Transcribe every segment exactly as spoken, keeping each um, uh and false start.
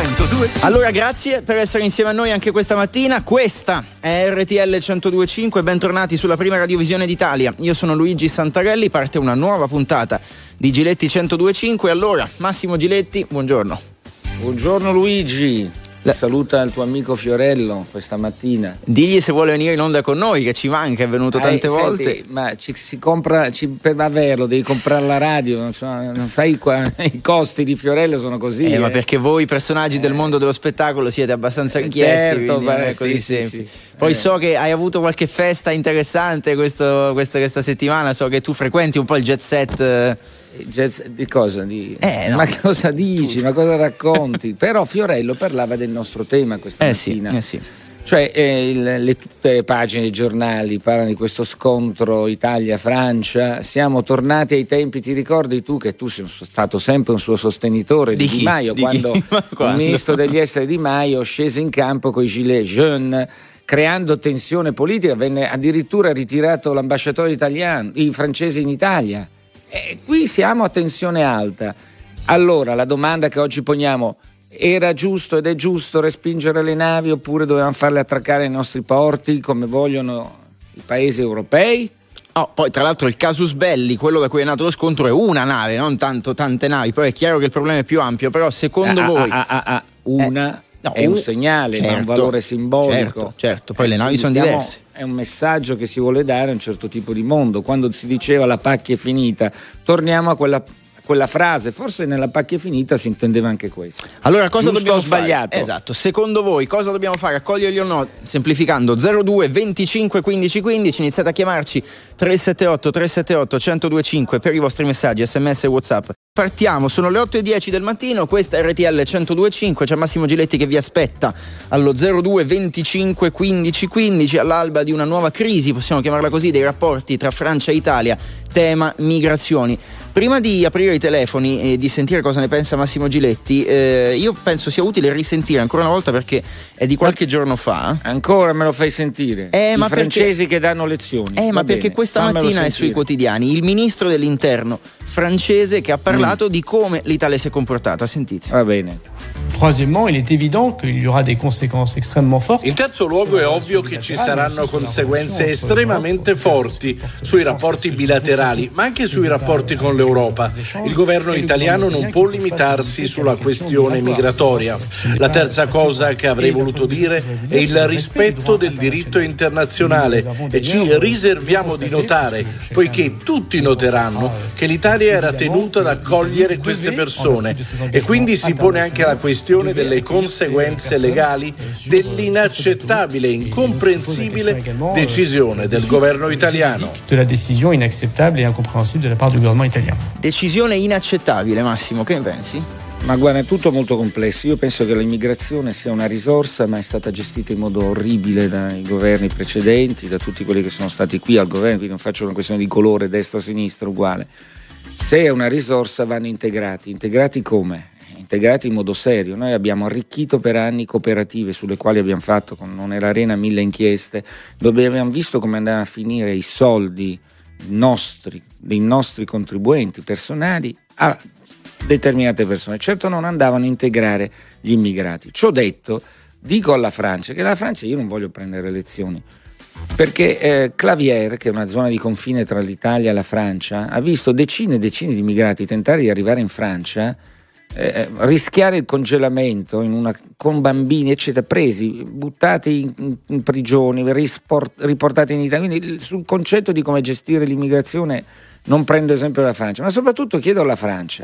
centodue. Allora, grazie per essere insieme a noi anche questa mattina. Questa è R T L centodue e cinque, bentornati sulla prima radiovisione d'Italia. Io sono Luigi Santarelli, parte una nuova puntata di Giletti centodue e cinque. Allora, Massimo Giletti, buongiorno. Buongiorno Luigi. La... Saluta il tuo amico Fiorello questa mattina. Digli se vuole venire in onda con noi, che ci manca, è venuto tante eh, volte. Senti, ma ci, si compra, ci, per averlo devi comprare la radio, non, so, non sai qua, i costi di Fiorello sono così. Eh, eh. Ma perché voi personaggi eh. del mondo dello spettacolo siete abbastanza richiesti, certo, non è così sì, semplice. Sì, sì. Poi eh. so che hai avuto qualche festa interessante questo, questa, questa settimana, so che tu frequenti un po' il jet set. Jazz, di cosa? Di... Eh, no. Ma cosa dici? Tu. Ma cosa racconti? Però Fiorello parlava del nostro tema questa eh mattina. Sì, eh sì. Cioè eh, il, le, tutte le pagine dei giornali parlano di questo scontro Italia-Francia. Siamo tornati ai tempi, ti ricordi tu che tu sei stato sempre un suo sostenitore di, di Di Maio, di quando, quando il ministro degli esteri Di Maio scese in campo con i gilet jaune, creando tensione politica, venne addirittura ritirato l'ambasciatore italiano, i francesi in Italia. E qui siamo a tensione alta. Allora la domanda che oggi poniamo: era giusto ed è giusto respingere le navi oppure dovevamo farle attraccare ai nostri porti come vogliono i paesi europei? Oh, poi tra l'altro il casus belli, quello da cui è nato lo scontro, è una nave, non tanto tante navi. Poi è chiaro che il problema è più ampio, però secondo ah, voi ah, ah, ah, una eh, no, è un segnale, certo, ma un valore simbolico. Certo, certo. Poi eh, le navi sono stiamo, diverse. È un messaggio che si vuole dare a un certo tipo di mondo. Quando si diceva la pacchia è finita, torniamo a quella quella frase, forse nella pacchia finita si intendeva anche questo. Allora cosa Giusto dobbiamo o sbagliato? Fare? Esatto, secondo voi cosa dobbiamo fare? Accoglierli o no? Semplificando, zero due venticinque quindici quindici, iniziate a chiamarci tre sette otto tre sette otto uno zero due cinque per i vostri messaggi sms e WhatsApp. Partiamo, sono le otto e dieci del mattino, questa è R T L centodue e cinque, c'è Massimo Giletti che vi aspetta allo zero due venticinque quindici quindici, all'alba di una nuova crisi, possiamo chiamarla così, dei rapporti tra Francia e Italia, tema migrazioni. Prima di aprire i telefoni e di sentire cosa ne pensa Massimo Giletti, eh, io penso sia utile risentire ancora una volta, perché è di qualche giorno fa. Ancora me lo fai sentire? Eh, I ma francesi perché... che danno lezioni. Eh, Va ma perché bene, questa mattina sentire. È sui quotidiani il ministro dell'interno francese che ha parlato mm. di come l'Italia si è comportata. Sentite. Va bene. Troisièmement, il est évident qu'il y aura des conséquences extrêmement fortes. In terzo luogo è ovvio che ci saranno conseguenze estremamente forti sui rapporti bilaterali, ma anche sui rapporti con l'Europa. Il governo italiano non può limitarsi sulla questione migratoria. La terza cosa che avrei voluto dire è il rispetto del diritto internazionale, e ci riserviamo di notare, poiché tutti noteranno, che l'Italia era tenuta ad accogliere queste persone, e quindi si pone anche la questione delle conseguenze legali dell'inaccettabile e incomprensibile decisione del governo italiano. Della decisione inaccettabile e incomprensibile della parte del governo italiano. Decisione inaccettabile, Massimo, che ne pensi? Ma guarda, è tutto molto complesso. Io penso che l'immigrazione sia una risorsa, ma è stata gestita in modo orribile dai governi precedenti, da tutti quelli che sono stati qui al governo, quindi non faccio una questione di colore, destra o sinistra, uguale. Se è una risorsa vanno integrati. Integrati come? Integrati in modo serio. Noi abbiamo arricchito per anni cooperative sulle quali abbiamo fatto con Non era Arena mille inchieste, dove abbiamo visto come andavano a finire i soldi nostri, dei nostri contribuenti personali a determinate persone. Certo non andavano a integrare gli immigrati. Ciò detto, dico alla Francia che la Francia, io non voglio prendere lezioni, perché eh, Clavière, che è una zona di confine tra l'Italia e la Francia, ha visto decine e decine di immigrati tentare di arrivare in Francia, eh, rischiare il congelamento in una, con bambini eccetera, presi, buttati in, in, in prigioni, risport, riportati in Italia. Quindi sul concetto di come gestire l'immigrazione non prendo esempio della Francia, ma soprattutto chiedo alla Francia,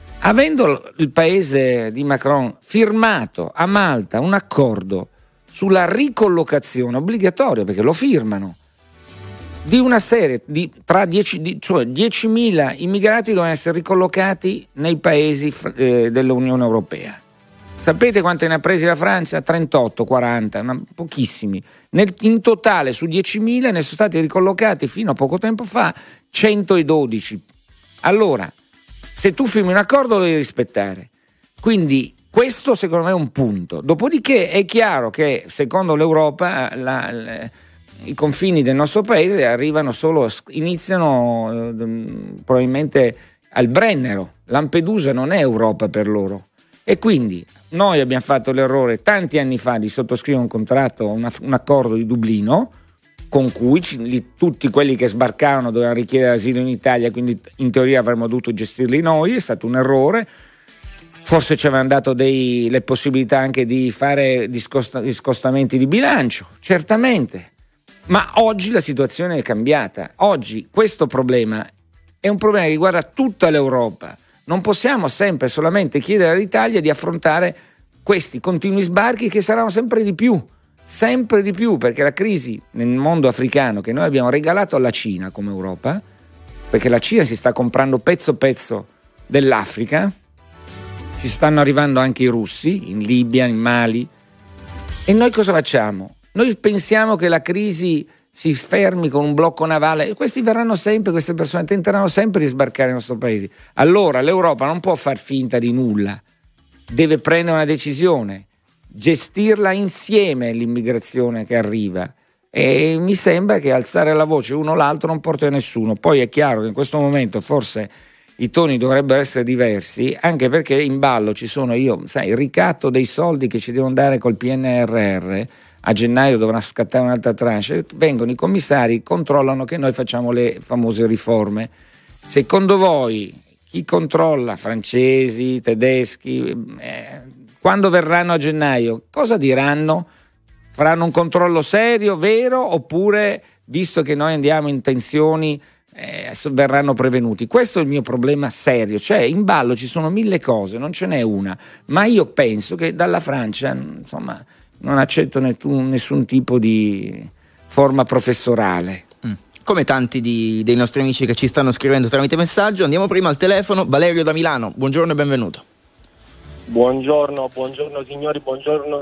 avendo il paese di Macron firmato a Malta un accordo sulla ricollocazione obbligatoria, perché lo firmano, di una serie di tra dieci, di, cioè diecimila immigrati devono essere ricollocati nei paesi eh, dell'Unione Europea. Sapete quante ne ha presi la Francia? trentotto, quaranta, ma pochissimi. Nel, in totale su diecimila ne sono stati ricollocati fino a poco tempo fa centododici. Allora, se tu firmi un accordo lo devi rispettare. Quindi questo secondo me è un punto. Dopodiché è chiaro che secondo l'Europa la, la, i confini del nostro paese arrivano solo, iniziano eh, probabilmente al Brennero. Lampedusa non è Europa per loro. E quindi noi abbiamo fatto l'errore tanti anni fa di sottoscrivere un contratto, una, un accordo di Dublino, con cui ci, li, tutti quelli che sbarcavano dovevano richiedere asilo in Italia, quindi in teoria avremmo dovuto gestirli noi. È stato un errore. Forse ci avevano dato dei, le possibilità anche di fare discosta, discostamenti di bilancio, certamente. Ma oggi la situazione è cambiata. Oggi questo problema è un problema che riguarda tutta l'Europa. Non possiamo sempre solamente chiedere all'Italia di affrontare questi continui sbarchi che saranno sempre di più, sempre di più, perché la crisi nel mondo africano che noi abbiamo regalato alla Cina come Europa, perché la Cina si sta comprando pezzo pezzo dell'Africa, ci stanno arrivando anche i russi in Libia, in Mali, e noi cosa facciamo? Noi pensiamo che la crisi si fermi con un blocco navale, e questi verranno sempre, queste persone tenteranno sempre di sbarcare nei nostri paesi. Allora l'Europa non può far finta di nulla, deve prendere una decisione, gestirla insieme l'immigrazione che arriva, e mi sembra che alzare la voce uno o l'altro non porta a nessuno. Poi è chiaro che in questo momento forse i toni dovrebbero essere diversi, anche perché in ballo ci sono, io sai, il ricatto dei soldi che ci devono dare col P N R R. A gennaio dovrà scattare un'altra tranche, vengono i commissari, controllano che noi facciamo le famose riforme. Secondo voi chi controlla, francesi, tedeschi, eh, quando verranno a gennaio, cosa diranno? Faranno un controllo serio, vero, oppure, visto che noi andiamo in tensioni, eh, verranno prevenuti? Questo è il mio problema serio, cioè in ballo ci sono mille cose, non ce n'è una, ma io penso che dalla Francia, insomma, non accetto nessun, nessun tipo di forma professorale. Mm. Come tanti di, dei nostri amici che ci stanno scrivendo tramite messaggio. Andiamo prima al telefono. Valerio da Milano, buongiorno e benvenuto. Buongiorno, buongiorno signori, buongiorno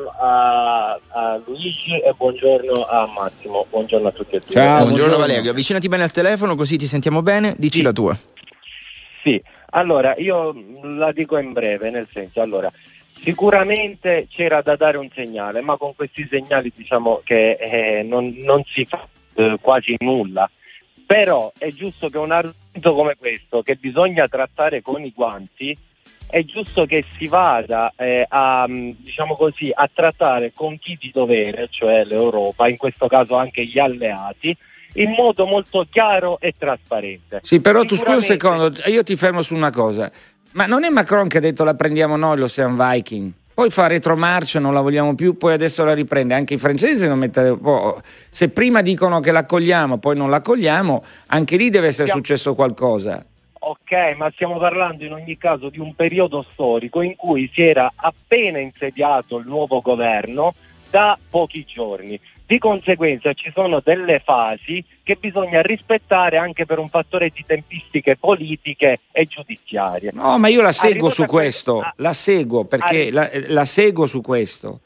a, a Luigi e buongiorno a Massimo, buongiorno a tutti e due. Ciao, buongiorno, buongiorno Valerio, avvicinati bene al telefono così ti sentiamo bene, dici sì. la tua. Sì, allora io la dico in breve, nel senso, allora sicuramente c'era da dare un segnale, ma con questi segnali diciamo che eh, non, non si fa eh, quasi nulla. Però è giusto che un argomento come questo, che bisogna trattare con i guanti, è giusto che si vada eh, a, diciamo così, a trattare con chi di dovere, cioè l'Europa, in questo caso anche gli alleati, in modo molto chiaro e trasparente. Sì, però tu scusa un secondo, io ti fermo su una cosa. Ma non è Macron che ha detto la prendiamo noi l'Ocean Viking? Poi fa retromarcia, non la vogliamo più, poi adesso la riprende. Anche i francesi non mettere, oh, se prima dicono che l'accogliamo, poi non l'accogliamo, anche lì deve essere successo qualcosa. Ok, ma stiamo parlando in ogni caso di un periodo storico in cui si era appena insediato il nuovo governo da pochi giorni. Di conseguenza ci sono delle fasi che bisogna rispettare anche per un fattore di tempistiche politiche e giudiziarie. No, ma io la seguo su questo, a... la seguo perché la, la seguo su questo.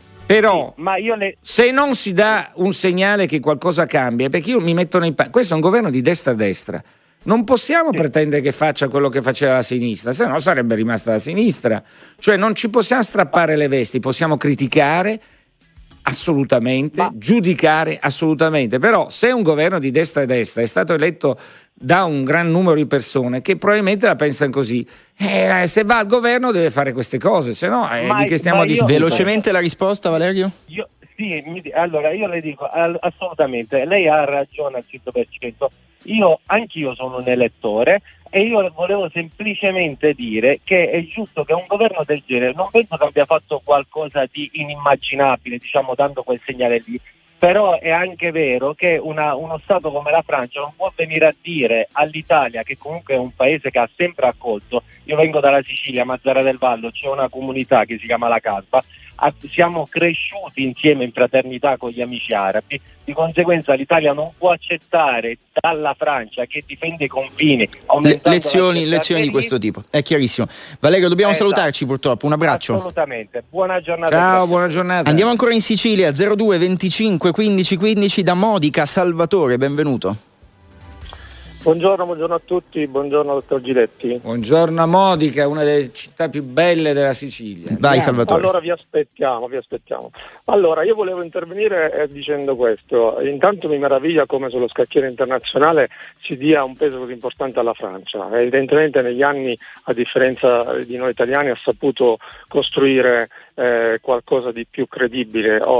Però sì, ma io le... se non si dà un segnale che qualcosa cambia, perché io mi metto nei panni, questo è un governo di destra-destra. Non possiamo sì. pretendere che faccia quello che faceva la sinistra, se no sarebbe rimasta la sinistra. Cioè non ci possiamo strappare le vesti, possiamo criticare assolutamente, ma... giudicare assolutamente, però se un governo di destra e destra è stato eletto da un gran numero di persone che probabilmente la pensano così, eh, se va al governo deve fare queste cose, se no eh, di che stiamo discutendo? Velocemente la risposta, Valerio? Io, sì, mi, allora io le dico assolutamente, lei ha ragione al cento per cento. Io, anch'io sono un elettore e io volevo semplicemente dire che è giusto che un governo del genere, non penso che abbia fatto qualcosa di inimmaginabile, diciamo, dando quel segnale lì, però è anche vero che una, uno Stato come la Francia non può venire a dire all'Italia, che comunque è un paese che ha sempre accolto, io vengo dalla Sicilia, Mazzara del Vallo, c'è una comunità che si chiama La Calva, siamo cresciuti insieme in fraternità con gli amici arabi, di conseguenza l'Italia non può accettare dalla Francia, che difende i confini, Le, lezioni, lezioni di questo tipo, è chiarissimo. Valerio, dobbiamo esatto. salutarci purtroppo, un abbraccio. Assolutamente, buona giornata. Ciao, buona giornata. Andiamo ancora in Sicilia, zero due venticinque quindici quindici da Modica. Salvatore, benvenuto. Buongiorno, buongiorno a tutti, buongiorno dottor Giletti. Buongiorno a Modica, una delle città più belle della Sicilia. Vai Salvatore. Allora vi aspettiamo, vi aspettiamo. Allora io volevo intervenire eh, dicendo questo. Intanto mi meraviglia come sullo scacchiere internazionale si dia un peso così importante alla Francia. Evidentemente negli anni, a differenza di noi italiani, ha saputo costruire eh, qualcosa di più credibile. O,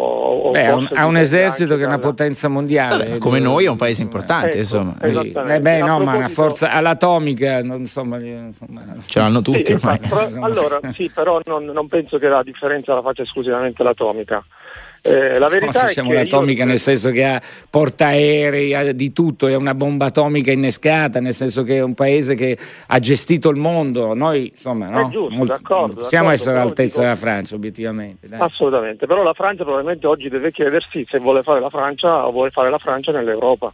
o Beh, ha un, ha un esercito che è una dalla... potenza mondiale. Vabbè, come noi è un paese importante, ecco, insomma. Eh beh, no, ma una forza all'atomica, insomma, insomma. Ce l'hanno tutti sì, ormai. Però, allora, sì, però non, non penso che la differenza la faccia esclusivamente l'atomica. Eh, la verità no, è siamo che l'atomica io... nel senso che ha portaerei, ha di tutto, è una bomba atomica innescata, nel senso che è un paese che ha gestito il mondo. Noi, insomma, no? È giusto, Molto, d'accordo, possiamo d'accordo, essere all'altezza dico... della Francia, obiettivamente. Dai. Assolutamente, però la Francia probabilmente oggi deve chiedersi se vuole fare la Francia o vuole fare la Francia nell'Europa.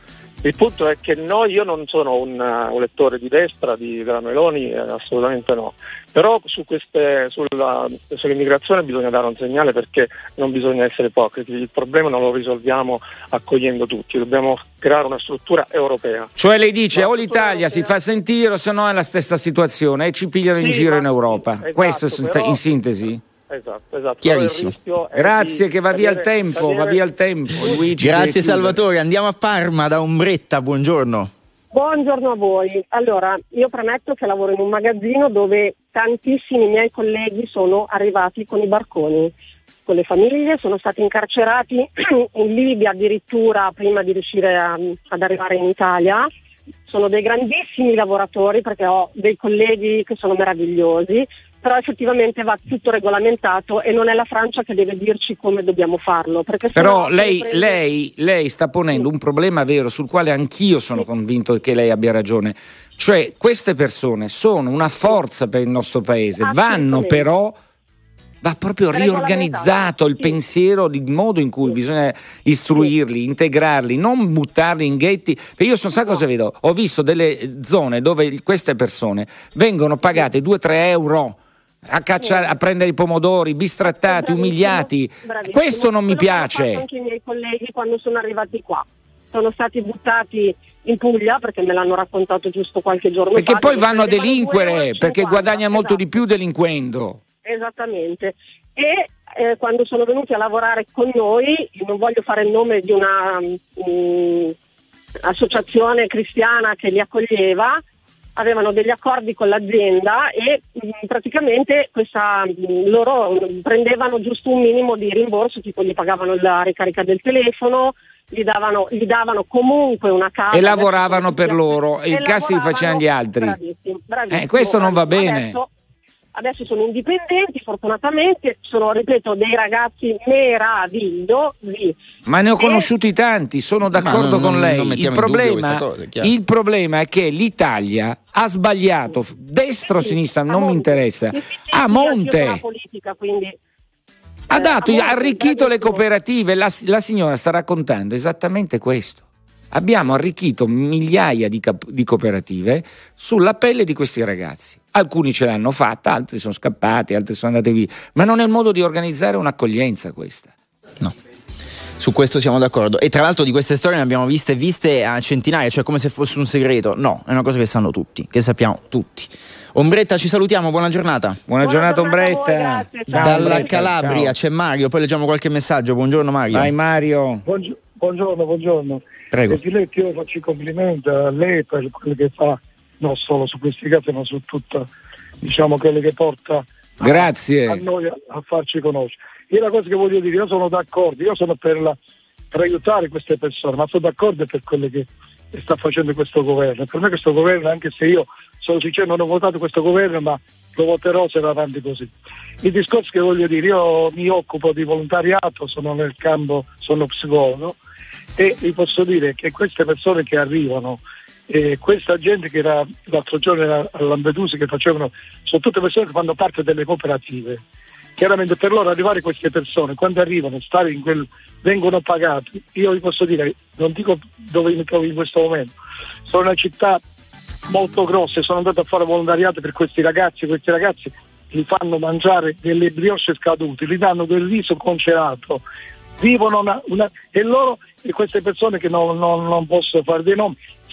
Il punto è che noi, io non sono un, un lettore di destra di, della Meloni, eh, assolutamente no, però su queste, sulla, sull'immigrazione bisogna dare un segnale, perché non bisogna essere ipocriti. Il problema non lo risolviamo accogliendo tutti, dobbiamo creare una struttura europea. Cioè lei dice la o l'Italia europea... si fa sentire o se no è la stessa situazione e ci pigliano in sì, giro ma... in Europa. Esatto, Questo è però... in sintesi? Esatto, esatto. Chiarissimo. Grazie, che va via il cadere, tempo, cadere... va via il tempo. Luigi, grazie Salvatore, andiamo a Parma da Ombretta, buongiorno. Buongiorno a voi. Allora, io premetto che lavoro in un magazzino dove tantissimi miei colleghi sono arrivati con i barconi, con le famiglie, sono stati incarcerati in Libia addirittura prima di riuscire a, ad arrivare in Italia. Sono dei grandissimi lavoratori, perché ho dei colleghi che sono meravigliosi, però effettivamente va tutto regolamentato e non è la Francia che deve dirci come dobbiamo farlo. Perché però lei, prende... lei, lei sta ponendo un problema vero sul quale anch'io sono convinto che lei abbia ragione. Cioè, queste persone sono una forza per il nostro paese, vanno però... Va proprio riorganizzato il pensiero, il modo in cui bisogna istruirli, integrarli, non buttarli in ghetti. Perché io sono, sa cosa vedo? Ho visto delle zone dove queste persone vengono pagate due tre euro a cacciare, a prendere i pomodori, bistrattati, bravissimo, umiliati. Bravissimo. Questo non mi Quello piace. Che hanno fatto anche i miei colleghi quando sono arrivati qua. Sono stati buttati in Puglia, perché me l'hanno raccontato giusto qualche giorno perché fa. Perché poi vanno a delinquere, perché guadagna guadagna molto di più delinquendo. Esattamente. E eh, quando sono venuti a lavorare con noi, non voglio fare il nome di una mh, associazione cristiana che li accoglieva, avevano degli accordi con l'azienda e mh, praticamente questa, mh, loro prendevano giusto un minimo di rimborso, tipo gli pagavano la ricarica del telefono, gli davano, gli davano comunque una casa e lavoravano per loro e i cassi li facevano gli altri. Bravissimo, bravissimo, eh, questo non va bravissimo. bene. Adesso, adesso sono indipendenti, fortunatamente, sono, ripeto, dei ragazzi meravigliosi. Ma ne ho conosciuti tanti, sono d'accordo non, con non, lei. non il, problema, cose, il problema è che l'Italia ha sbagliato, destra o sinistra, non mi interessa, a monte. La politica, quindi, ha dato, eh, ha arricchito le cooperative. La, la signora sta raccontando esattamente questo. Abbiamo arricchito migliaia di, cap- di cooperative sulla pelle di questi ragazzi. Alcuni ce l'hanno fatta, altri sono scappati, altri sono andati via. Ma non è il modo di organizzare un'accoglienza questa. No. Su questo siamo d'accordo. E tra l'altro di queste storie ne abbiamo viste viste a centinaia, cioè come se fosse un segreto. No, è una cosa che sanno tutti, che sappiamo tutti. Ombretta, ci salutiamo, buona giornata. Buona, buona giornata, giornata Ombretta. Voi, grazie, ciao. Dalla Ombretta, Calabria ciao. C'è Mario, poi leggiamo qualche messaggio. Buongiorno Mario. Vai Mario. Buongi- buongiorno, buongiorno. Prego. E Giletti, io faccio i complimenti a lei per quello che fa, non solo su questi casi, ma su tutto, diciamo, quello che porta Grazie. A, a noi a, a farci conoscere. Io la cosa che voglio dire, io sono d'accordo, io sono per, la, per aiutare queste persone, ma sono d'accordo per quello che sta facendo questo governo. Per me questo governo, anche se io sono sincero, non ho votato questo governo, ma lo voterò se va avanti così. Il discorso che voglio dire, io mi occupo di volontariato, sono nel campo, sono psicologo, e vi posso dire che queste persone che arrivano, eh, questa gente che era l'altro giorno era a Lampedusa, che facevano, sono tutte persone che fanno parte delle cooperative. Chiaramente per loro arrivare queste persone, quando arrivano, stare in quel, vengono pagati. Io vi posso dire, non dico dove mi trovo in questo momento, sono una città molto grossa, sono andato a fare volontariato per questi ragazzi, questi ragazzi li fanno mangiare delle brioche scadute, gli danno del riso congelato, vivono una, una e loro, e queste persone che non, non, non posso fare dei nomi,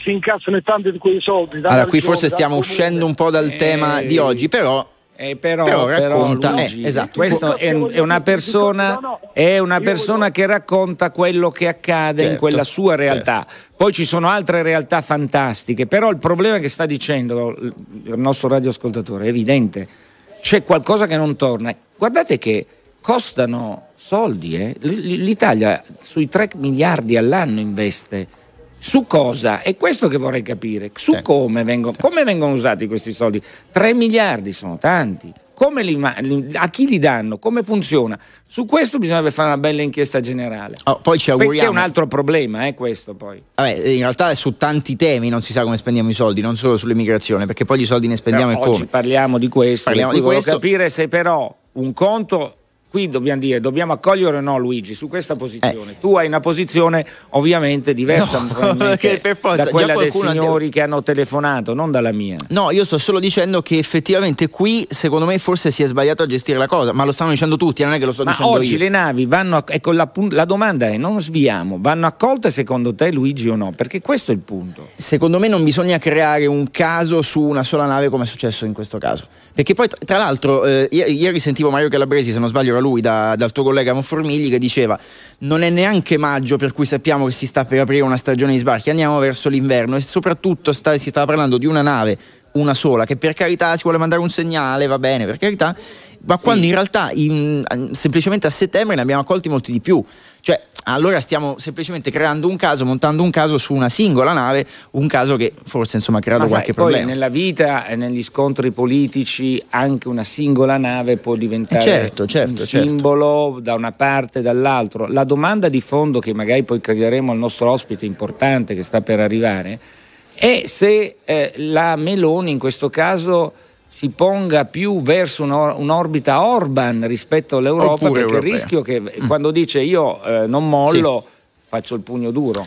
si incassano tanti di quei soldi. Allora, qui forse stiamo uscendo un po' dal eh, tema di oggi, però. Eh, però, però racconta, però, Luigi, eh, esatto. Questo è, è una persona, è una persona che racconta quello che accade certo, in quella sua realtà. Certo. Poi ci sono altre realtà fantastiche, però il problema che sta dicendo il nostro radioascoltatore è evidente. C'è qualcosa che non torna. Guardate che costano soldi, eh? L'Italia sui tre miliardi all'anno investe. Su cosa? È questo che vorrei capire. Su sì. come, vengono, come vengono usati questi soldi? tre miliardi sono tanti. Come li, a chi li danno? Come funziona? Su questo bisognerebbe fare una bella inchiesta generale. Oh, poi ci auguriamo. Perché è un altro problema, eh, questo poi. Vabbè, in realtà è su tanti temi non si sa come spendiamo i soldi, non solo sull'immigrazione, perché poi i soldi ne spendiamo però e oggi come. Parliamo di questo. Parliamo di volevo questo. capire se però un conto. Qui dobbiamo dire, dobbiamo accogliere o no Luigi su questa posizione. Eh. Tu hai una posizione ovviamente diversa no, per forza, da quella dei signori che hanno telefonato, non dalla mia. No, io sto solo dicendo che effettivamente qui secondo me forse si è sbagliato a gestire la cosa, ma lo stanno dicendo tutti, non è che lo sto ma dicendo io. Ma oggi le navi vanno, a, ecco la, la domanda è, non sviamo, vanno accolte secondo te Luigi o no? Perché questo è il punto. Secondo me non bisogna creare un caso su una sola nave come è successo in questo caso, perché poi tra, tra l'altro eh, ieri sentivo Mario Calabresi, se non sbaglio era lui, da, dal tuo collega Monformigli, che diceva non è neanche maggio per cui sappiamo che si sta per aprire una stagione di sbarchi, andiamo verso l'inverno e soprattutto sta, si stava parlando di una nave, una sola, che per carità si vuole mandare un segnale, va bene, per carità, ma quando sì. in realtà in, semplicemente a settembre ne abbiamo accolti molti di più. Cioè, allora stiamo semplicemente creando un caso, montando un caso su una singola nave, un caso che forse insomma ha creato ma qualche sai, problema. Poi nella vita e negli scontri politici anche una singola nave può diventare eh certo, certo, un certo. simbolo da una parte e dall'altro. La domanda di fondo che magari poi chiederemo al nostro ospite importante che sta per arrivare è se eh, la Meloni in questo caso si ponga più verso un'or- un'orbita Orban rispetto all'Europa, oppure perché europea. Il rischio che mm. quando dice io eh, non mollo sì. faccio il pugno duro.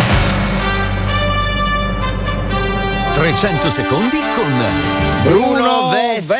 trecento secondi con Bruno Vespa.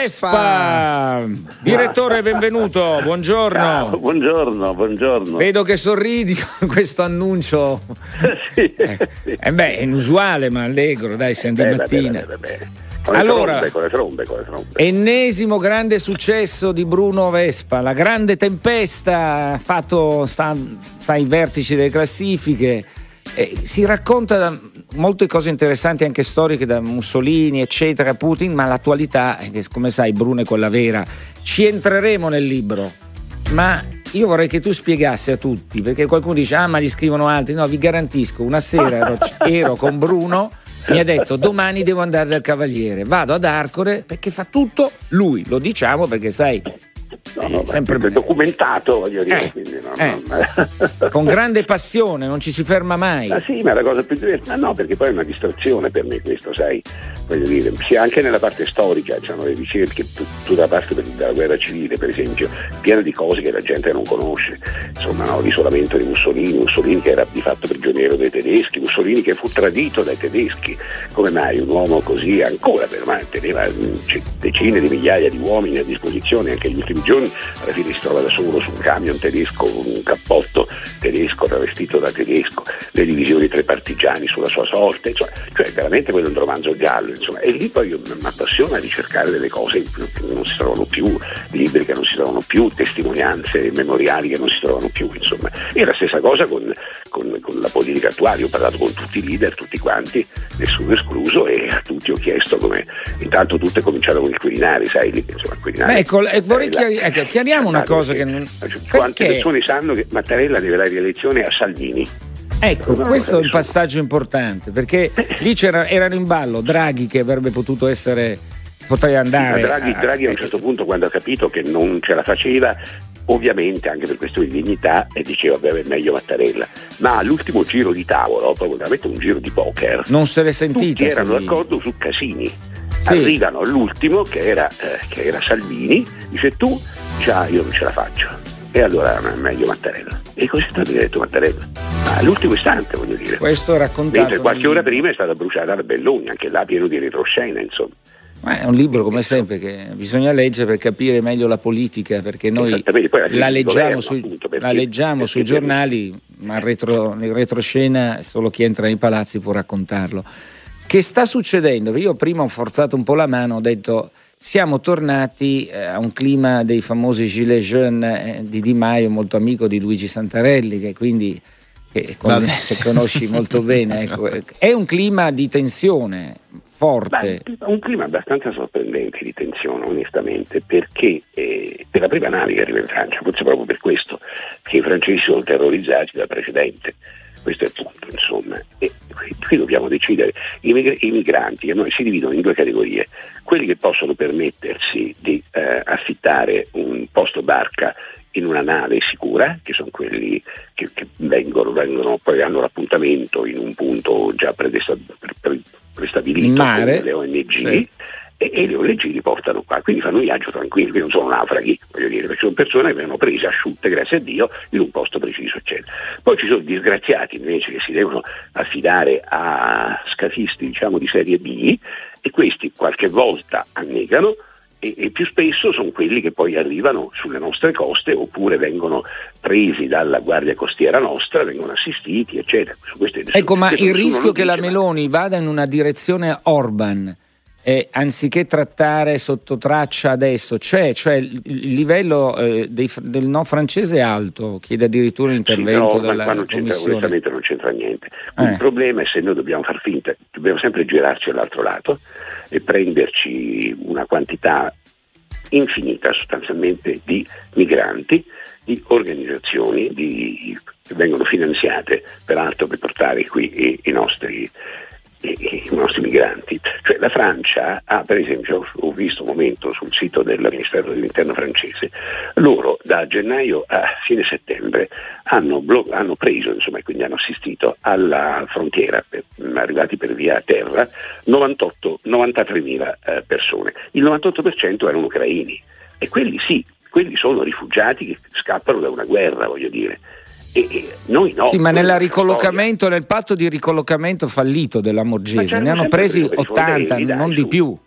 Vespa. Direttore, benvenuto, buongiorno. Ciao, buongiorno, buongiorno. Vedo che sorridi con questo annuncio. sì, eh, sì. Eh beh, è inusuale ma allegro, dai, siamo di mattina. Beh, beh, beh, beh. Con le allora, trombe, con le trombe, con le trombe. Ennesimo grande successo di Bruno Vespa, la grande tempesta, ha fatto sta, sta ai vertici delle classifiche. Eh, si racconta molte cose interessanti anche storiche da Mussolini eccetera, Putin, ma l'attualità, che come sai Bruno è quella vera. Ci entreremo nel libro, ma io vorrei che tu spiegassi a tutti, perché qualcuno dice ah ma li scrivono altri. No, vi garantisco, una sera ero, ero con Bruno, mi ha detto domani devo andare dal Cavaliere, vado ad Arcore perché fa tutto lui, lo diciamo perché sai No, no, sempre beh, documentato, voglio dire, eh, quindi no, eh. no. con grande passione, non ci si ferma mai. Ah, sì, ma la cosa più diversa, no, perché poi è una distrazione per me questo, sai, voglio dire, sia anche nella parte storica, c'hanno le ricerche, tutta la parte della guerra civile, per esempio, piena di cose che la gente non conosce, insomma, no, l'isolamento di Mussolini, Mussolini che era di fatto prigioniero dei tedeschi, Mussolini che fu tradito dai tedeschi, come mai un uomo così ancora permane, teneva decine di migliaia di uomini a disposizione anche gli ultimi giorni, alla fine si trova da solo su un camion tedesco, un cappotto tedesco travestito da tedesco, le divisioni tra i partigiani sulla sua sorte, insomma, cioè veramente quello è un romanzo giallo, insomma, e lì poi mi appassiona ricercare delle cose che non si trovano più, libri che non si trovano più, testimonianze, memoriali che non si trovano più, insomma. E la stessa cosa con, con, con la politica attuale, ho parlato con tutti i leader, tutti quanti, nessuno escluso, e a tutti ho chiesto come, intanto tutto è cominciato con il Quirinale, sai, lì, insomma, il Quirinale. Beh, ecco, eh, vorrei chiari- ecco, chiariamo una cosa che non... Quante perché? persone sanno che Mattarella deve la rielezione a Salvini? Ecco, no, questo è il nessuno. passaggio importante, perché lì c'era, erano in ballo Draghi, che avrebbe potuto essere, poteva andare. Sì, Draghi, a, Draghi a un certo punto, quando ha capito che non ce la faceva, ovviamente anche per questioni di dignità, e diceva beh, meglio Mattarella, ma all'ultimo giro di tavolo, proprio veramente un giro di poker, non se l'è sentita. Tutti erano Salvini. d'accordo su Casini. Sì. Arrivano all'ultimo che era, eh, che era Salvini, dice tu già io non ce la faccio, e allora è meglio Mattarella, e così è stato detto Mattarella. Ah, all'ultimo istante, voglio dire. Questo è raccontato. Mentre qualche ora prima è stata bruciata la Belloni, anche là pieno di retroscena, insomma. Ma è un libro, come sempre, che bisogna leggere per capire meglio la politica, perché noi la leggiamo, sui, governo, perché, la leggiamo perché sui perché giornali, ma il retro, nel retroscena solo chi entra nei palazzi può raccontarlo. Che sta succedendo? Io prima ho forzato un po' la mano, ho detto siamo tornati a un clima dei famosi gilets jaunes eh, di Di Maio, molto amico di Luigi Santarelli, che quindi che, con, che conosci molto bene, ecco. È un clima di tensione forte. Beh, un clima abbastanza sorprendente di tensione, onestamente, perché eh, per la prima nave che arriva in Francia, forse proprio per questo, che i francesi sono terrorizzati dal precedente. Questo è il punto, insomma. E qui dobbiamo decidere. I, mig- i migranti a noi si dividono in due categorie: quelli che possono permettersi di eh, affittare un posto barca in una nave sicura, che sono quelli che, che vengono, vengono poi hanno l'appuntamento in un punto già predesta- pre- pre- prestabilito in mare, le O N G, sì. e, e le O N G li portano qua, quindi fanno un viaggio tranquillo, quindi non sono naufraghi, voglio dire, perché sono persone che vengono prese asciutte, grazie a Dio, in un posto preciso, eccetera. Poi ci sono disgraziati invece che si devono affidare a scafisti, diciamo, di serie B, e questi qualche volta annegano, e, e più spesso sono quelli che poi arrivano sulle nostre coste oppure vengono presi dalla guardia costiera nostra, vengono assistiti, eccetera. Ecco, ma il rischio che la Meloni vada in una direzione Orban, eh, anziché trattare sotto traccia adesso, c'è, cioè il, il livello eh, dei, del no francese è alto, chiede addirittura un intervento sì, no, dalla ma non Commissione. C'entra, onestamente non c'entra niente. Eh. Il problema è se noi dobbiamo far finta, dobbiamo sempre girarci all'altro lato e prenderci una quantità infinita sostanzialmente di migranti, di organizzazioni di, che vengono finanziate peraltro per portare qui i, i nostri I, i nostri migranti. Cioè la Francia ha, per esempio, ho visto un momento sul sito del Ministero dell'Interno francese, loro da gennaio a fine settembre hanno, blo- hanno preso, insomma, e quindi hanno assistito alla frontiera, per, arrivati per via terra, novantotto novantatremila eh, persone. Il novantotto per cento erano ucraini, e quelli sì, quelli sono rifugiati che scappano da una guerra, voglio dire. E, e noi no. Sì, ma nel ricollocamento, storia. nel patto di ricollocamento fallito della Morgese ne hanno presi ottanta, dei, non dai, di su. più.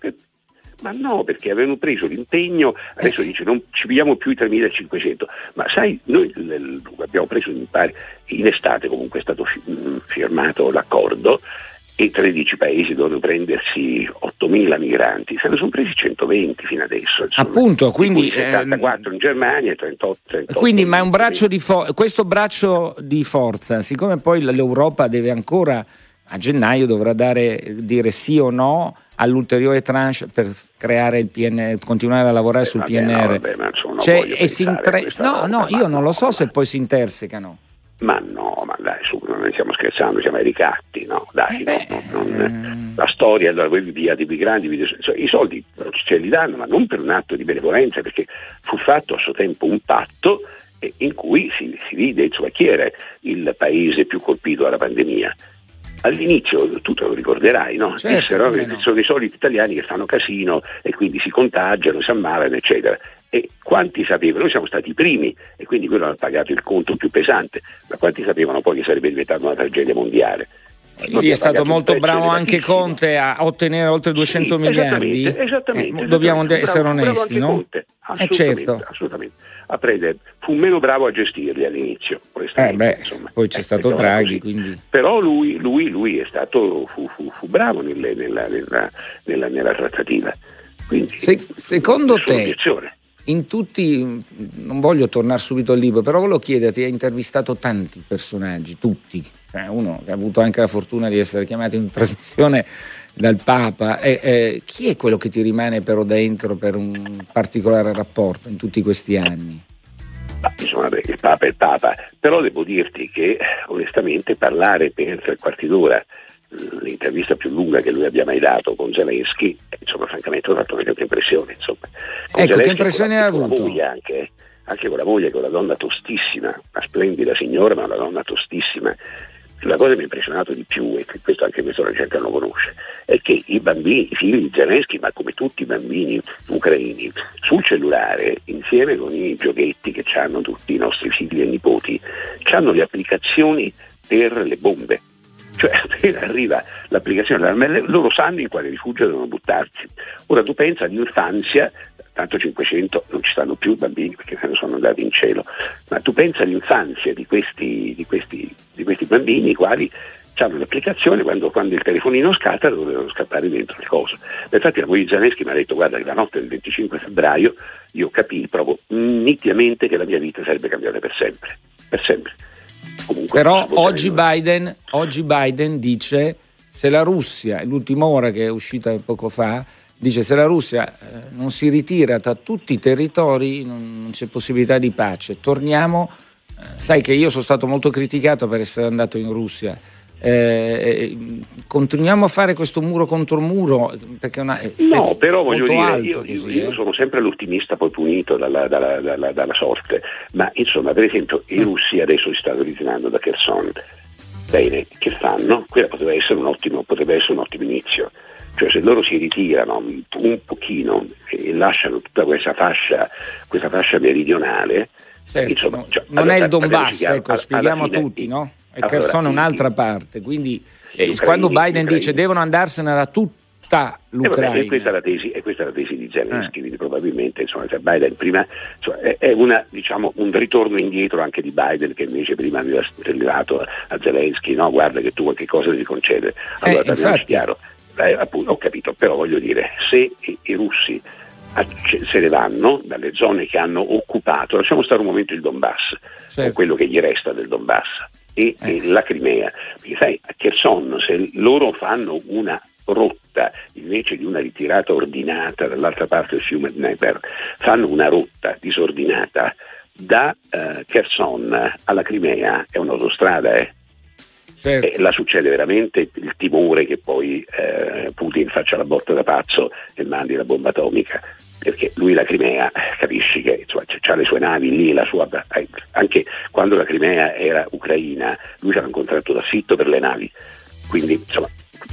Ma no, perché avevano preso l'impegno, adesso dice non ci pigliamo più i tremilacinquecento, ma sai, noi l- l- abbiamo preso in, pari, in estate comunque è stato fi- firmato l'accordo, e tredici paesi dovevano prendersi ottomila migranti, se ne sono presi centoventi fino adesso, insomma. Appunto, quindi settantaquattro in Germania e trentotto, trentotto quindi ma è un braccio di fo- questo braccio di forza, siccome poi l'Europa deve ancora a gennaio dovrà dare dire sì o no all'ulteriore tranche per creare il P N R, continuare a lavorare eh, sul vabbè, P N R. No, vabbè, ma insomma, cioè, e si intre- no, no, io non lo so ma... se poi si intersecano. Ma no, ma dai, su, non ne stiamo scherzando, siamo ai ricatti, no? Dai, eh no, no, non, la storia della via dei migranti, cioè, i soldi ce li danno, ma non per un atto di benevolenza, perché fu fatto a suo tempo un patto eh, in cui si, si vide, insomma, chi era il paese più colpito dalla pandemia. All'inizio tu te lo ricorderai, no? Certo, no? no. Sono i soliti italiani che fanno casino e quindi si contagiano, si ammalano, eccetera. E quanti sapevano? Noi siamo stati i primi e quindi quello ha pagato il conto più pesante, ma quanti sapevano poi che sarebbe diventata una tragedia mondiale? Lì è stato molto bravo anche Conte a ottenere oltre duecento sì, miliardi. Esattamente, esattamente, eh, dobbiamo esattamente. essere bravo, onesti, bravo no? Conte. Eh certo. Assolutamente. A prendere. Fu meno bravo a gestirli all'inizio, eh beh, insomma. Poi c'è eh, stato Draghi, quindi. Però lui, lui, lui è stato fu, fu, fu bravo nelle, nella, nella, nella, nella trattativa. Quindi, Se, secondo te, obiezione. in tutti, non voglio tornare subito al libro, però volevo chiederti, hai intervistato tanti personaggi, tutti, cioè uno che ha avuto anche la fortuna di essere chiamato in trasmissione dal Papa, eh, eh, chi è quello che ti rimane però dentro per un particolare rapporto in tutti questi anni? Ma, insomma, il Papa è il Papa, però devo dirti che onestamente parlare per tre quarti d'ora, l'intervista più lunga che lui abbia mai dato con Zelensky, insomma, francamente ho fatto una grande impressione, insomma. Con ecco, Zelensky, che impressione hai avuto? Con la moglie anche, anche con la moglie, che è una donna tostissima, una splendida signora, ma una donna tostissima. La cosa che mi ha impressionato di più, e che questo anche questa la gente non conosce, è che i bambini, i figli di Zelensky, ma come tutti i bambini ucraini, sul cellulare, insieme con i giochetti che hanno tutti i nostri figli e nipoti, hanno le applicazioni per le bombe. Cioè appena arriva l'applicazione, loro sanno in quale rifugio devono buttarsi. Ora tu pensa all'infanzia, tanto cinquecento non ci stanno più bambini perché se ne sono andati in cielo, ma tu pensa all'infanzia di questi, di questi, di questi bambini i quali hanno l'applicazione, quando, quando il telefonino scatta dovevano scappare dentro il coso. Infatti la moglie di Zelensky mi ha detto: guarda che la notte del venticinque febbraio io capii proprio nitidamente che la mia vita sarebbe cambiata per sempre, per sempre. Comunque, però oggi Biden, oggi Biden dice, se la Russia, è l'ultima ora che è uscita poco fa, dice se la Russia eh, non si ritira da tutti i territori non, non c'è possibilità di pace, torniamo, eh, sai che io sono stato molto criticato per essere andato in Russia, eh, continuiamo a fare questo muro contro muro perché una, eh, no però voglio dire alto, io, così, io, io eh. sono sempre l'ottimista poi punito dalla, dalla, dalla, dalla sorte, ma insomma per esempio i russi adesso si stanno ritirando da Kherson, bene, che fanno? Quella potrebbe essere un ottimo, potrebbe essere un ottimo inizio, cioè se loro si ritirano un pochino e lasciano tutta questa fascia questa fascia meridionale, certo, insomma, no, cioè, non allora, è il Donbass, chiaro, ecco, spieghiamo a fine, tutti, no? E allora, Kherson è un'altra i, parte, quindi eh, ucraini, quando Biden dice ucraini. devono andarsene da tutta l'Ucraina. Eh, vabbè, e questa è la tesi, e questa è la tesi di Zelensky, eh. quindi probabilmente insomma, cioè Biden prima cioè, è, è una, diciamo, un ritorno indietro anche di Biden, che invece prima aveva stellato a Zelensky, no, guarda che tu qualche cosa devi concedere. Allora eh, parliamoci chiaro, eh, appunto, ho capito, però voglio dire, se i, i russi se ne vanno dalle zone che hanno occupato, lasciamo stare un momento il Donbass, certo, o quello che gli resta del Donbass e, eh. e la Crimea, perché sai, a Kherson se loro fanno una rotta invece di una ritirata ordinata dall'altra parte del fiume Dnieper, fanno una rotta disordinata da eh, Kherson alla Crimea, è un'autostrada, eh certo. E là succede veramente il timore che poi eh, Putin faccia la botta da pazzo e mandi la bomba atomica, perché lui la Crimea, capisci che insomma, c'ha le sue navi lì, la sua, anche quando la Crimea era ucraina lui c'era un contratto d'affitto per le navi, quindi insomma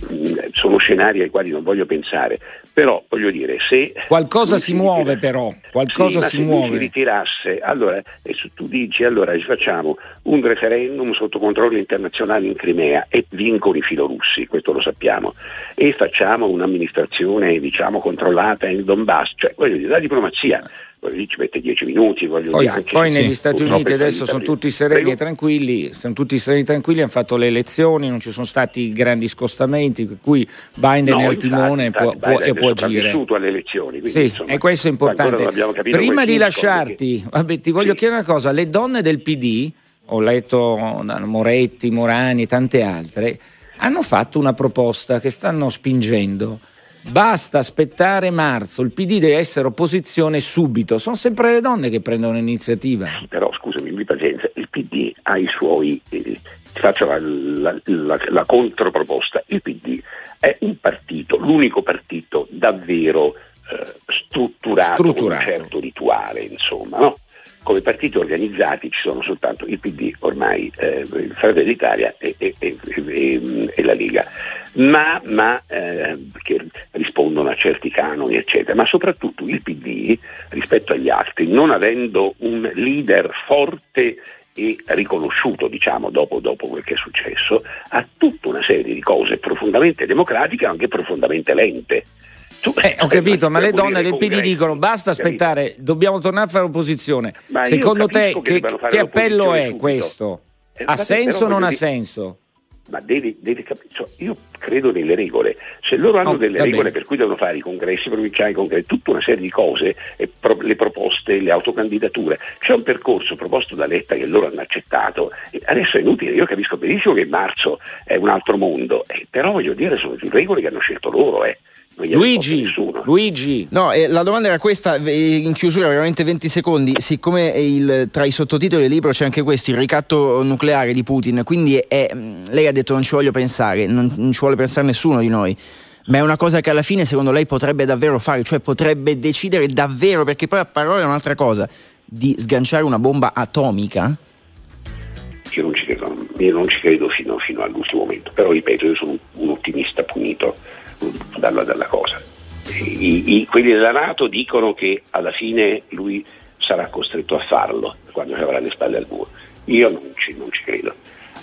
sono scenari ai quali non voglio pensare, però voglio dire, se qualcosa si, si muove ritira... però qualcosa sì, si se muove si ritirasse, allora adesso tu dici allora ci facciamo un referendum sotto controllo internazionale in Crimea e vincono i filorussi, questo lo sappiamo, e facciamo un'amministrazione diciamo controllata in Donbass, cioè voglio dire, la diplomazia lì ci mette dieci minuti, voglio poi, dire anche poi se negli sì, Stati Uniti adesso sono tutti sereni Prego. e tranquilli sono tutti sereni e tranquilli, hanno fatto le elezioni, non ci sono stati grandi scostamenti, per cui Biden no, è al timone e può, può, e può agire alle elezioni, quindi, sì, insomma, e questo è importante. Prima di lasciarti perché... vabbè, ti voglio sì. chiedere una cosa, le donne del P D, ho letto Moretti, Morani e tante altre, hanno fatto una proposta che stanno spingendo. Basta aspettare marzo, il P D deve essere opposizione subito, sono sempre le donne che prendono l'iniziativa. Però scusami, mi pazienza, il P D ha i suoi, eh, ti faccio la, la, la, la controproposta, il P D è un partito, l'unico partito davvero eh, strutturato, strutturato con un certo rituale, insomma, no? Come partiti organizzati ci sono soltanto il P D ormai, eh, Fratelli d'Italia e, e, e, e, e la Lega, ma, ma eh, che rispondono a certi canoni eccetera, ma soprattutto il P D rispetto agli altri, non avendo un leader forte e riconosciuto diciamo dopo, dopo quel che è successo, ha tutta una serie di cose profondamente democratiche ma anche profondamente lente. Tu, eh, ho capito, ma le donne del P D dicono basta aspettare, dobbiamo tornare a fare opposizione. Ma secondo te che, che, che appello è subito. questo? Eh, ha senso o non ha senso? Ma devi, devi capire, cioè, io credo nelle regole, se loro hanno oh, delle regole bene. per cui devono fare i congressi provinciali, congressi, tutta una serie di cose, e pro, le proposte, le autocandidature, c'è un percorso proposto da Letta che loro hanno accettato, e adesso è inutile, io capisco benissimo che marzo è un altro mondo, eh, però voglio dire sono regole che hanno scelto loro, eh. Luigi, Luigi. No, eh, la domanda era questa, eh, in chiusura veramente venti secondi, siccome il, tra i sottotitoli del libro c'è anche questo, il ricatto nucleare di Putin, quindi è, lei ha detto non ci voglio pensare, non, non ci vuole pensare nessuno di noi, ma è una cosa che alla fine secondo lei potrebbe davvero fare, cioè potrebbe decidere davvero, perché poi a parole è un'altra cosa, di sganciare una bomba atomica? Io non ci credo, io non ci credo fino, fino all'ultimo momento, però ripeto, io sono un, un ottimista punito Dalla, dalla cosa. I, i, quelli della NATO dicono che alla fine lui sarà costretto a farlo quando ci avrà le spalle al muro. Io non ci, non ci credo.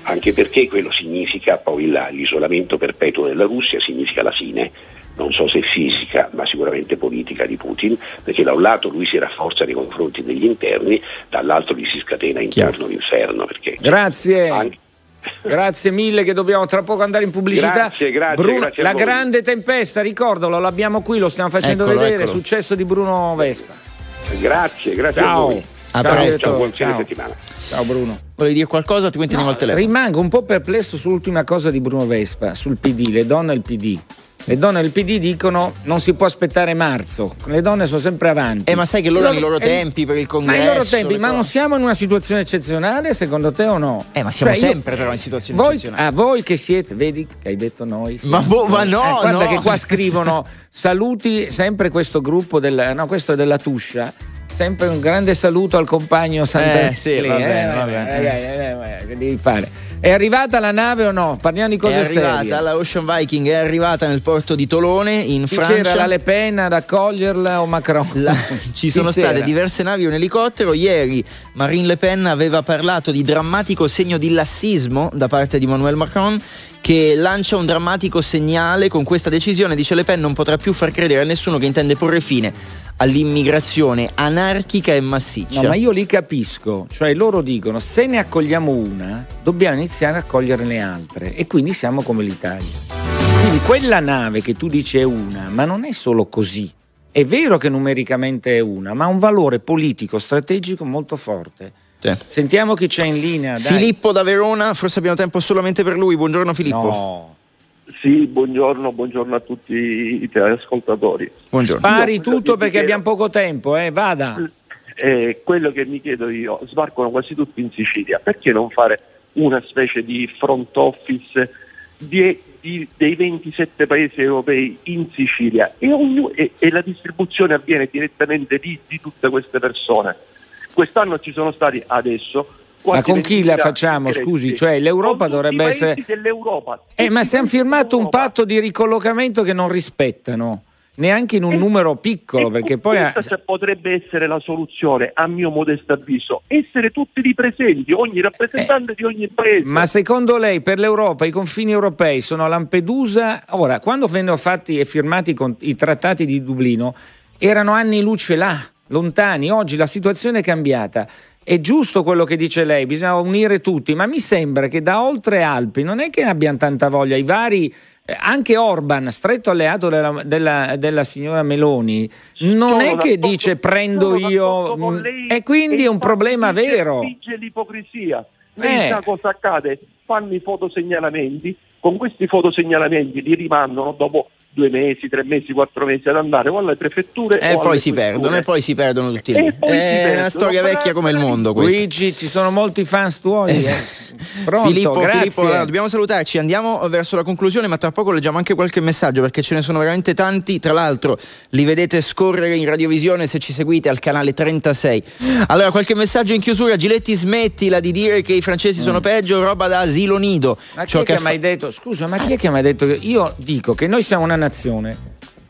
anche perché quello significa poi la, l'isolamento perpetuo della Russia, significa la fine, non so se fisica ma sicuramente politica, di Putin, perché da un lato lui si rafforza nei confronti degli interni, dall'altro gli si scatena intorno Chiaro. l'inferno. Perché Grazie. Anche... Grazie mille, che dobbiamo tra poco andare in pubblicità. Grazie, grazie, Bruno, grazie La voi. Grande Tempesta, ricordalo, l'abbiamo qui, lo stiamo facendo Eccolo, vedere, eccolo. successo di Bruno Vespa. Grazie, grazie Ciao. a voi. A Ciao, presto. Buon fine Ciao. settimana. Ciao Bruno. Volevi dire qualcosa, altrimenti No, andiamo al telefono. rimango un po' perplesso sull'ultima cosa di Bruno Vespa, sul P D, le donne del P D. Le donne del P D dicono non si può aspettare marzo, le donne sono sempre avanti. Eh, ma sai che loro hanno i loro eh, tempi per il congresso. Ma i loro tempi, le ma cose. non siamo in una situazione eccezionale secondo te o no? Eh, ma siamo Cioè, io- sempre però in situazioni voi, eccezionali. ah, voi che siete, vedi che hai detto noi. Ma siamo- vo- ma no, eh, guarda no. che qua scrivono saluti sempre questo gruppo del, no, questo è della Tuscia. Sempre un grande saluto al compagno Sant'Antonio. Eh, sì, va bene, va bene. Che devi fare? È arrivata la nave o no? Parliamo di cose È arrivata serie. la Ocean Viking, è arrivata nel porto di Tolone in Chi Francia. c'era la Le Pen ad accoglierla o Macron? La- ci sono Chi c'era? state diverse navi e un elicottero. Ieri Marine Le Pen aveva parlato di drammatico segno di lassismo da parte di Emmanuel Macron, che lancia un drammatico segnale con questa decisione. Dice: Le Pen non potrà più far credere a nessuno che intende porre fine all'immigrazione anarchica e massiccia. No, ma io li capisco, cioè loro dicono se ne accogliamo una dobbiamo iniziare a accogliere le altre e quindi siamo come l'Italia. Quindi quella nave che tu dici è una, ma non è solo così. È vero che numericamente è una, ma ha un valore politico, strategico molto forte. Sì. Sentiamo chi c'è in linea. Dai. Filippo da Verona, forse abbiamo tempo solamente per lui. Buongiorno Filippo. No. Sì, buongiorno, buongiorno a tutti i telescoltatori. Buongiorno. Spari Io, tutto perché chiedo, abbiamo poco tempo, eh, vada. Eh, quello che mi chiedo io, sbarcano quasi tutti in Sicilia, perché non fare una specie di front office di, di, dei ventisette paesi europei in Sicilia e, ognuno, e, e la distribuzione avviene direttamente di, di tutte queste persone? Quest'anno ci sono stati adesso. Ma con chi la facciamo, scusi? Cioè l'Europa dovrebbe essere... dell'Europa. Eh, ma si hanno firmato un patto di ricollocamento che non rispettano, neanche in un numero piccolo, perché poi... Questa potrebbe essere la soluzione, a mio modesto avviso, essere tutti lì presenti, ogni rappresentante eh, di ogni paese. Ma secondo lei per l'Europa i confini europei sono a Lampedusa? Ora, quando vennero fatti e firmati con i trattati di Dublino, erano anni luce là, lontani. Oggi la situazione è cambiata. È giusto quello che dice lei, bisogna unire tutti, ma mi sembra che da oltre Alpi non è che abbiano tanta voglia. I vari, eh, anche Orban, stretto alleato della, della, della signora Meloni, non sono è che d'accordo, dice prendo io, con lei, e quindi è un problema vero. Dice l'ipocrisia. Lei Eh. sa cosa accade? Fanno i fotosegnalamenti, con questi fotosegnalamenti li rimandano dopo due mesi, tre mesi, quattro mesi ad andare o alle prefetture E o poi alle si questure. perdono, e poi si perdono tutti lì. E poi si È una perdono, storia però- vecchia come il mondo questa. Luigi, ci sono molti fans tuoi. Eh. Pronto, Filippo, grazie. Filippo, allora, dobbiamo salutarci, andiamo verso la conclusione, ma tra poco leggiamo anche qualche messaggio perché ce ne sono veramente tanti. Tra l'altro li vedete scorrere in radiovisione se ci seguite al canale trentasei. Allora, qualche messaggio in chiusura. Giletti, smettila di dire che i francesi sono peggio, roba da asilo nido. Ma chi Ciò è che ha fa- mai detto? Scusa, ma chi è che ha mai detto? Che io dico che noi siamo una nazione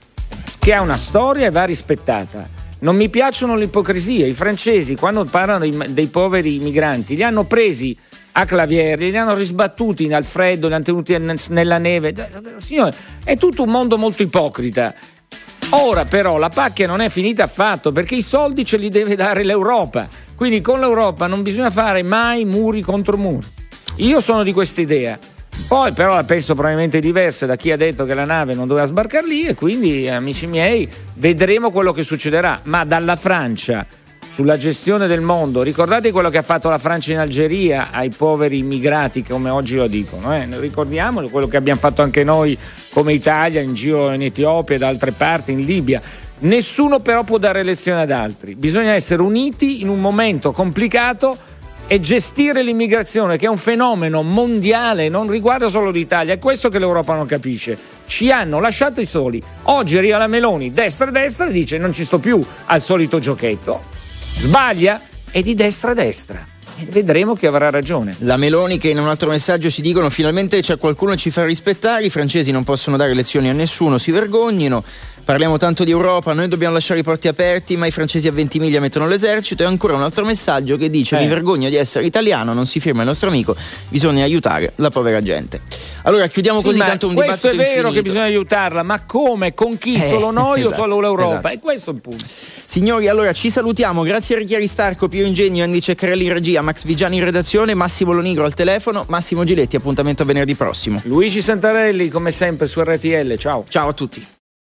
che ha una storia e va rispettata. Non mi piacciono le ipocrisie. I francesi, quando parlano dei, dei poveri migranti, li hanno presi a clavieri, li hanno risbattuti al freddo, li hanno tenuti nella neve. Signore, è tutto un mondo molto ipocrita. Ora però la pacchia non è finita affatto, perché i soldi ce li deve dare l'Europa. Quindi con l'Europa non bisogna fare mai muri contro muri. Io sono di questa idea. Poi però la penso probabilmente diversa da chi ha detto che la nave non doveva sbarcare lì, e quindi, amici miei, vedremo quello che succederà. Ma dalla Francia sulla gestione del mondo, ricordate quello che ha fatto la Francia in Algeria ai poveri immigrati, come oggi lo dicono, eh? Ricordiamolo, quello che abbiamo fatto anche noi come Italia in giro in Etiopia e da altre parti, in Libia. Nessuno però può dare lezione ad altri, bisogna essere uniti in un momento complicato e gestire l'immigrazione, che è un fenomeno mondiale, non riguarda solo l'Italia. È questo che l'Europa non capisce. Ci hanno lasciati soli. Oggi arriva la Meloni, destra destra, e dice non ci sto più al solito giochetto. Sbaglia, è di destra destra. E vedremo chi avrà ragione. La Meloni, che in un altro messaggio ci dicono finalmente c'è qualcuno che ci fa rispettare, i francesi non possono dare lezioni a nessuno, si vergognino. Parliamo tanto di Europa, noi dobbiamo lasciare i porti aperti, ma i francesi a Ventimiglia mettono l'esercito. E ancora un altro messaggio che dice: eh. mi vergogno di essere italiano, non si firma il nostro amico, bisogna aiutare la povera gente. Allora chiudiamo sì, così tanto un questo dibattito è vero infinito. Che bisogna aiutarla, ma come? Con chi? Eh, solo noi esatto, o solo l'Europa? esatto. E questo è il punto. Signori, allora ci salutiamo, grazie a Richieri Starco, Pio Ingegno, Andy Ceccarelli in regia, Max Vigiani in redazione, Massimo Lonigro al telefono, Massimo Giletti, appuntamento a venerdì prossimo. Luigi Santarelli come sempre su R T L, ciao. Ciao a tutti.